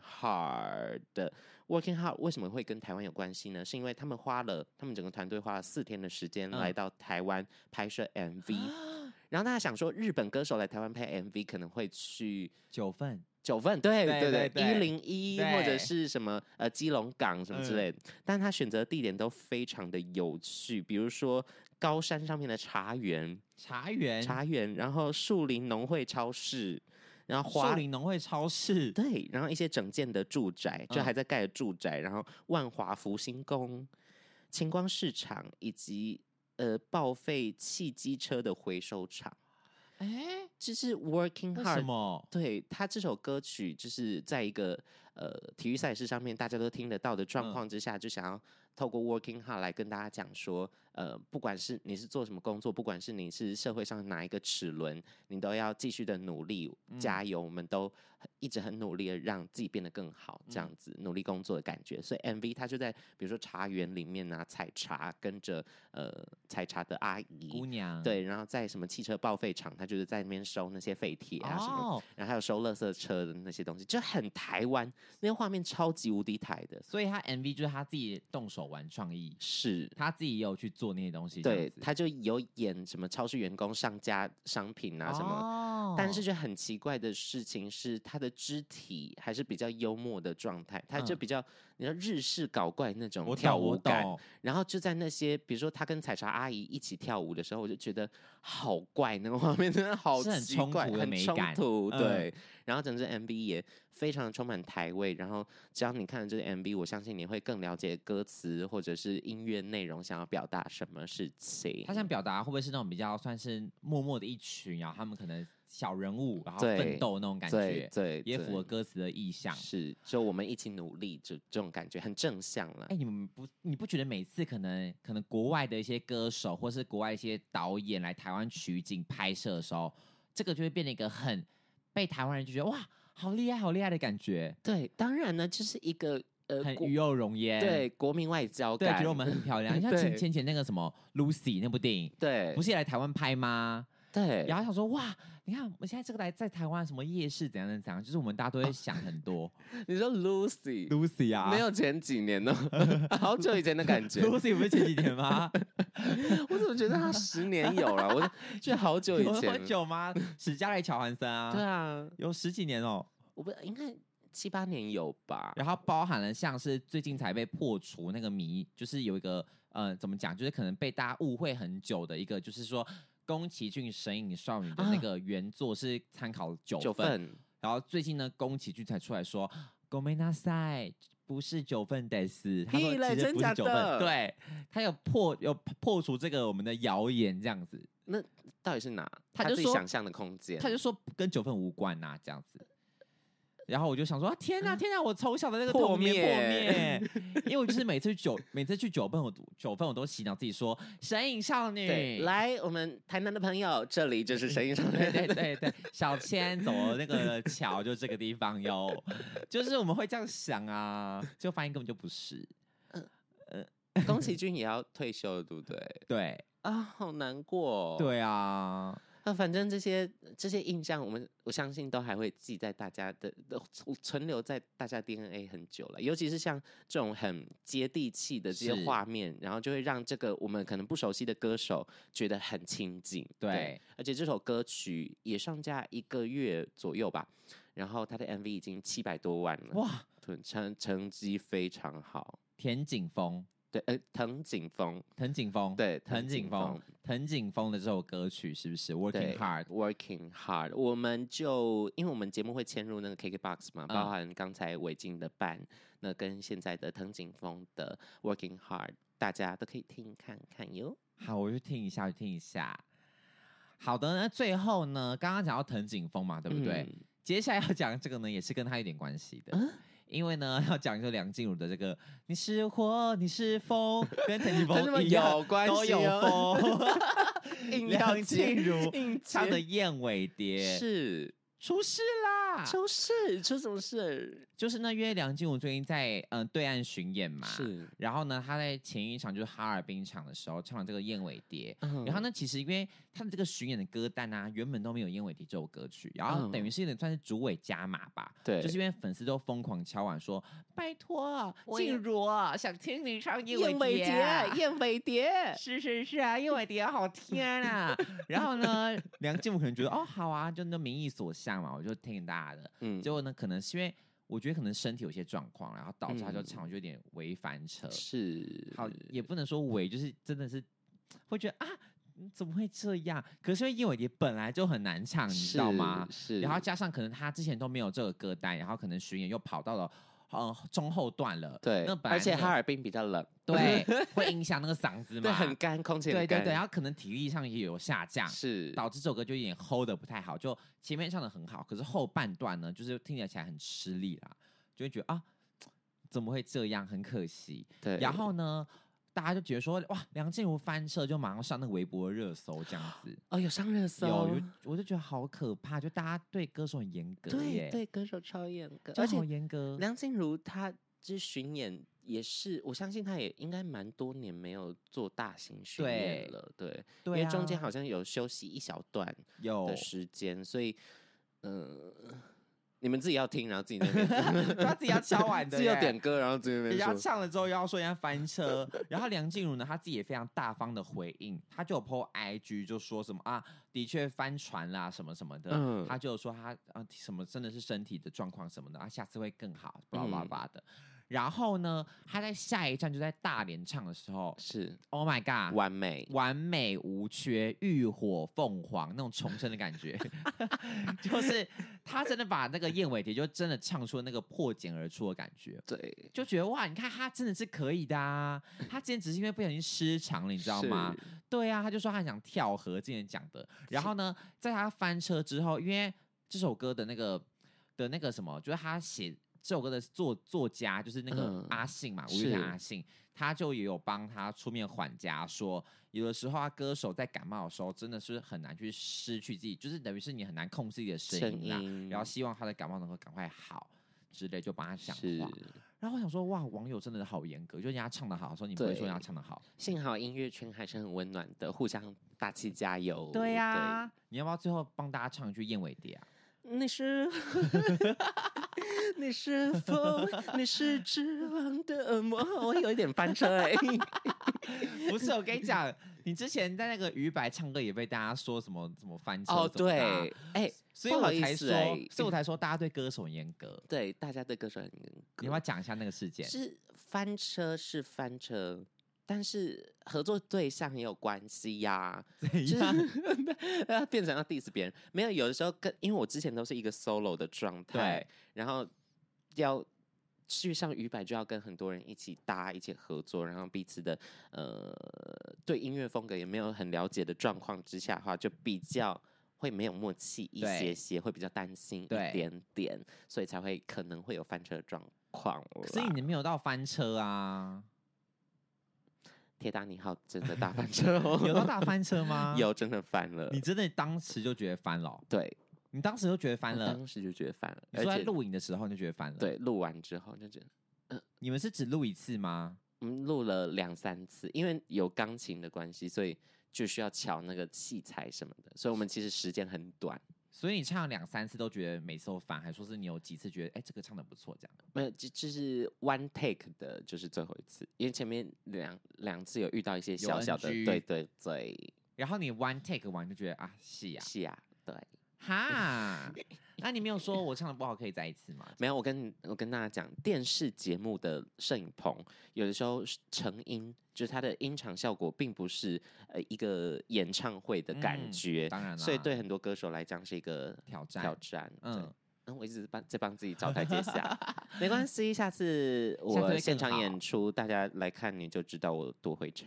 Hard。Working Hard 为什么会跟台湾有关系呢？是因为他们花了，他们整个团队花了四天的时间来到台湾拍摄 M V。然后大家想说，日本歌手来台湾拍 M V 可能会去九份。 九份，对对对，一零一或者是什么呃基隆港什么之类的，嗯、但他选择的地点都非常的有趣，比如说高山上面的茶园， 茶园， 茶园，然后树林农会超市，然后树林农会超市， 对，然后一些整建的住宅，就还在盖的住宅，嗯、然后万华福星宫、晴光市场以及呃报废汽机车的回收厂。哎，就是 Working Hard。 什么？ 对，他这首歌曲就是在一个呃体育赛事上面大家都听得到的状况之下，嗯、就想要透过 Working Hard 来跟大家讲说，呃，不管是你是做什么工作，不管是你是社会上哪一个齿轮，你都要继续的努力，加油，嗯、我们都一直很努力的让自己变得更好，这样子、嗯、努力工作的感觉。所以 M V 它就在比如说茶园里面啊，采茶，跟着呃采茶的阿姨姑娘， 对，然后在什么汽车报废厂，他就是在那边收那些废铁啊什么，哦、然后还有收垃圾车的那些东西，就很台湾，那些画面超级无敌台的。 所以他 M V 就是他自己动手玩创意， 是他自己也有去做那些东西， 对，他就有演什么超市员工上架商品啊什么，哦、但是就很奇怪的事情是，他的肢体还是比较幽默的状态，他就比较、嗯、你知道日式搞怪那种跳舞感，然后就在那些比如说他跟采茶阿姨一起跳舞的时候，我就觉得好怪，那个画面真的好奇怪， 很冲突，对。嗯、然后整支 M V 也非常充满台味，然后只要你看了这个 M V， 我相信你会更了解歌词或者是音乐内容想要表达什么事情。 他想表达会不会是那种比较算是默默的一群，然后他们可能小人物，然后奋斗那种感觉， 对 对, 对， 也符合歌词的意象， 是就我们一起努力，就这种感觉很正向了。 哎，你们不你不觉得每次可能可能国外的一些歌手或是国外一些导演来台湾取景拍摄的时候，这个就会变成一个很被台湾人就觉得哇好厉害好厉害的感觉。 对，当然呢，就是一个呃很与有荣焉， 对国民外交感， 对，觉得我们很漂亮。像前前前那个什么 Lucy 那部电影， 对， 不是也来台湾拍吗？ 对， 然后想说哇，你看我们现在这个来在台湾什么夜市怎样怎样，就是我们大家都会想很多。 你说 Lucy Lucy 啊， 没有前几年呢，好久以前的感觉。 Lucy 不是前几年吗？ 我怎么觉得他十年有了？我觉得好久以前， 有很久吗？史嘉蕾·乔韩森啊， 对啊， 有十几年哦。 我不应该七八年有吧？ 然后包含了像是最近才被破除那个谜，就是有一个呃怎么讲，就是可能被大家误会很久的一个，就是说。宫崎骏《神隐少女》的那个原作是参考九 份,、啊、份，然后最近呢，宫崎骏才出来说“ごめんなさい”不是九份得死，他说其实不是九份，对，他有破有破除这个我们的谣言这样子。 那到底是哪？ 他就说他自己想象的空间， 他就说跟九份无关呐、啊，这样子。然后我就想说，啊、天哪，天哪！我从小的那个童年破灭，因为我就是每次去九，每次去九份，我九份我都洗脑自己说“神隐少女”。 对，来，我们台南的朋友，这里就是神隐少女。 对对对对，小千走那个桥就这个地方哟，就是我们会这样想啊，就发现根本就不是。 嗯呃，宫崎骏也要退休了，对不对？ 对啊，好难过、哦。 对啊。 那反正这些这些印象，我们我相信都还会记在大家的，存留在大家 D N A 很久了。尤其是像这种很接地气的这些画面，然后就会让这个我们可能不熟悉的歌手觉得很亲近。 对， 对，而且这首歌曲也上架一个月左右吧，然后他的 M V 已经七百多万了， 哇， 成成绩非常好。 田景峰。 对，呃，藤井风， 藤井风， 对， 藤井风，藤井风的这首歌曲是不是 Working Hard？Working Hard， 我们就因为我们节目会嵌入那个 K K B O X 嘛，嗯、包含刚才韦静的伴，那跟现在的藤井风的 Working Hard， 大家都可以听看看哟。 好，我去听一下，去听一下。好的，那最后呢，刚刚讲到藤井风嘛，对不对？嗯、接下来要讲这个呢，也是跟他有点关系的。嗯因为呢，要讲一个梁静茹的这个“你是火，你是风”，跟藤井风一样有关系、哦， 都有风。梁静茹唱的《燕尾蝶》 是出事啦！ 啦， 就是出什么事？ 就是呢，因为梁静茹最近在嗯、呃、对岸巡演嘛， 是。 然后呢，他在前一场就是哈尔滨场的时候唱了这个《燕尾蝶》，嗯，然后呢，其实因为他的这个巡演的歌单啊，原本都没有《燕尾蝶》这首歌曲，然后等于是有点算是主委加码吧，对、嗯，就是因为粉丝都疯狂敲碗说，拜托静茹，想听你唱《燕尾蝶》， 燕尾蝶， 是是是啊，《燕尾蝶》好听啊。然后呢，梁静茹可能觉得哦好啊，就那民意所向嘛，我就听大家的，嗯，结果呢，可能是因为。我觉得可能身体有些状况，然后导致他就唱就有点微翻车， 嗯、是好也不能说微，就是真的是会觉得啊，怎么会这样？可是因为燕尾蝶本来就很难唱，你知道吗？ 是， 然后加上可能他之前都没有这个歌单，然后可能巡演又跑到了。呃，中后段了， 对， 那本来、那個、而且哈尔滨比较冷， 对，会影响那个嗓子嘛， 对，很干，空气很干， 对对对，然后可能体力上也有下降， 是导致这首歌就有点 hold 得不太好，就前面唱得很好，可是后半段呢，就是听起来很吃力啦，就会觉得啊，怎么会这样，很可惜。 对， 然后呢，大家就觉得说，哇，梁静茹翻车，就马上上那个微博热搜这样子。 哦，有上热搜， 有，有我就觉得好可怕，就大家对歌手很严格耶， 对对，歌手超严格， 就好严格。 梁静茹她之巡演也是，我相信她也应该蛮多年没有做大型巡演了，对，对对啊、因为中间好像有休息一小段的时间，所以，嗯、呃。你们自己要听，然后自己那边他自己要敲完的， 自己要点歌，然后自己那边人家唱了之后又要说人家翻车，然后梁静茹呢，她自己也非常大方的回应，她就有 po I G 就说什么啊，的确翻船啦什么什么的，嗯，她就有说她啊什么真的是身体的状况什么的，啊下次会更好，巴拉巴拉的。嗯然后呢，他在下一站就在大连唱的时候， 是 Oh my God， 完美完美无缺，浴火凤凰那种重生的感觉，就是他真的把那个燕尾蝶就真的唱出那个破茧而出的感觉， 对， 就觉得哇，你看他真的是可以的啊，他之前只是因为不小心失常了，你知道吗？对啊，他就说他想跳河，之前讲的。然后呢，在他翻车之后，因为这首歌的那个的那个什么，就是他写。这首歌的作作家就是那个阿信嘛，五月天阿信，他就也有帮他出面缓颊，说有的时候啊，歌手在感冒的时候真的是很难去失去自己，就是等于是你很难控制自己的声音啦，音然后希望他的感冒能够赶快好之类，就帮他讲话。然后我想说，哇，网友真的好严格，就人家唱得好的时候，你不会说人家唱得好。 幸好音乐圈还是很温暖的，互相打气加油。 对呀、啊，你要不要最后帮大家唱一句《燕尾蝶》啊？ 你是你是风，你是指望的梦，我有一点翻车哎、 欸。不是，我跟你讲，你之前在那个鱼白唱歌也被大家说什么什么翻车哦，对，哎、欸， 所以我才说，欸、所以我才说大家对歌手很严格。 对，大家对歌手很严格。 你要不要讲一下那个事件？ 是翻车是翻车。但是合作对象也有关系呀， 怎样？ 就是变成要 diss 别人，没有有的时候跟，因为我之前都是一个 solo 的状态，然后要去上鱼摆就要跟很多人一起搭，一起合作，然后彼此的呃对音乐风格也没有很了解的状况之下的话，就比较会没有默契一些些，会比较担心一点点，所以才会可能会有翻车的状况。 可是你没有到翻车啊。 铁达尼号真的大翻车哦！ 有到大翻车吗？ 有，真的翻了。 你真的当时就觉得翻了、哦？ 对， 你当时就觉得翻了。 当时就觉得翻了。 你说在录影的时候你就觉得翻了？ 对，录完之后就觉得， 呃，你们是只录一次吗？ 我们录了两三次，因为有钢琴的关系，所以就需要调那个器材什么的，所以我们其实时间很短。 所以你唱了两三次都觉得每次都烦，还说是你有几次觉得哎、欸、这个唱得不错这样？ 没有，就就是 one take 的，就是最后一次，因为前面两两次有遇到一些小小的，对对对。 然后你 one take 完就觉得啊是呀是呀，对。 哈，那你没有说我唱的不好可以再一次吗？ 没有，我跟我跟大家讲，电视节目的摄影棚有的时候成音，就是它的音场效果并不是呃一个演唱会的感觉， 嗯、当然了， 所以对很多歌手来讲是一个挑战挑战。嗯，嗯，我一直帮在帮自己找台阶下，没关系，下次我现场演出，大家来看你就知道我多会唱。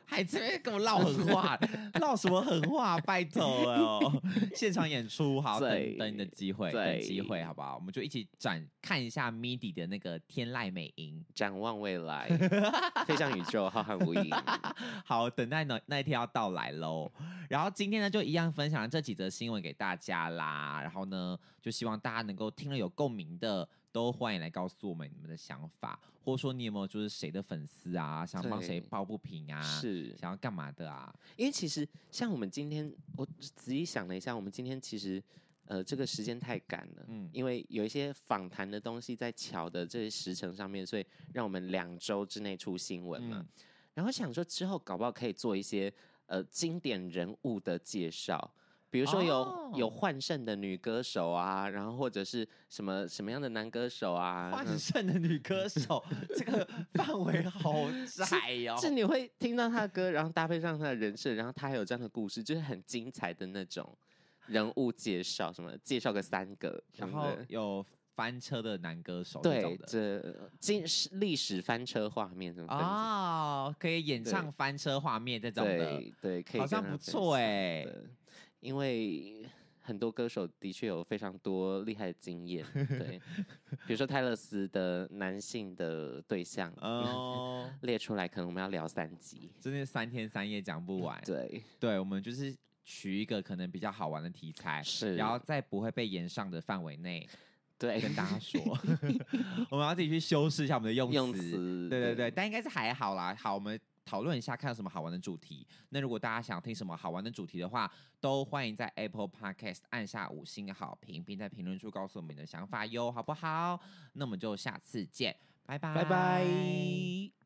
还这边跟我唠狠话，唠什么狠话？拜托哦！现场演出好，等等你的机会，等机会好不好？我们就一起展看一下 M I D I 的那个天籁美音， 展望未来，飞向宇宙，浩瀚无垠。 好，等待那那一天要到来喽。然后今天呢，就一样分享了这几则新闻给大家啦。然后呢，就希望大家能够听了有共鸣的，都欢迎来告诉我们你们的想法，或者说你有没有就是谁的粉丝啊，想帮谁抱不平啊， 是想要干嘛的啊？ 因为其实像我们今天，我仔细想了一下，我们今天其实呃这个时间太赶了，嗯，因为有一些访谈的东西在巧的这些时程上面，所以让我们两周之内出新闻嘛。嗯、然后想说之后搞不好可以做一些呃经典人物的介绍。比如说有、oh. 有换胜的女歌手啊，然后或者是什么什么样的男歌手啊， 换胜的女歌手，这个范围好窄哦。 是你会听到他的歌，然后搭配上他的人设，然后他还有这样的故事，就是很精彩的那种人物介绍，什么介绍个三个， 然后有翻车的男歌手， 对，这经历史翻车画面什么哦，可以演唱翻车画面这种的， 对对，可以， 好像不错哎。 因为很多歌手的确有非常多厉害的经验，对，比如说泰勒斯的男性的对象，哦，列出来可能我们要聊三集， 真的三天三夜讲不完。 对， 对，我们就是取一个可能比较好玩的题材， 是， 然后在不会被延上的范围内。 对， 跟大家说，我们要自己去修饰一下我们的用词。 用词， 对对对，但应该是还好啦。好，我们讨论一下，看有什么好玩的主题。那如果大家想听什么好玩的主题的话，都欢迎在 Apple Podcast 按下五星好评，并在评论处告诉我们你的想法哟，好不好？那我们就下次见，拜拜， 拜拜。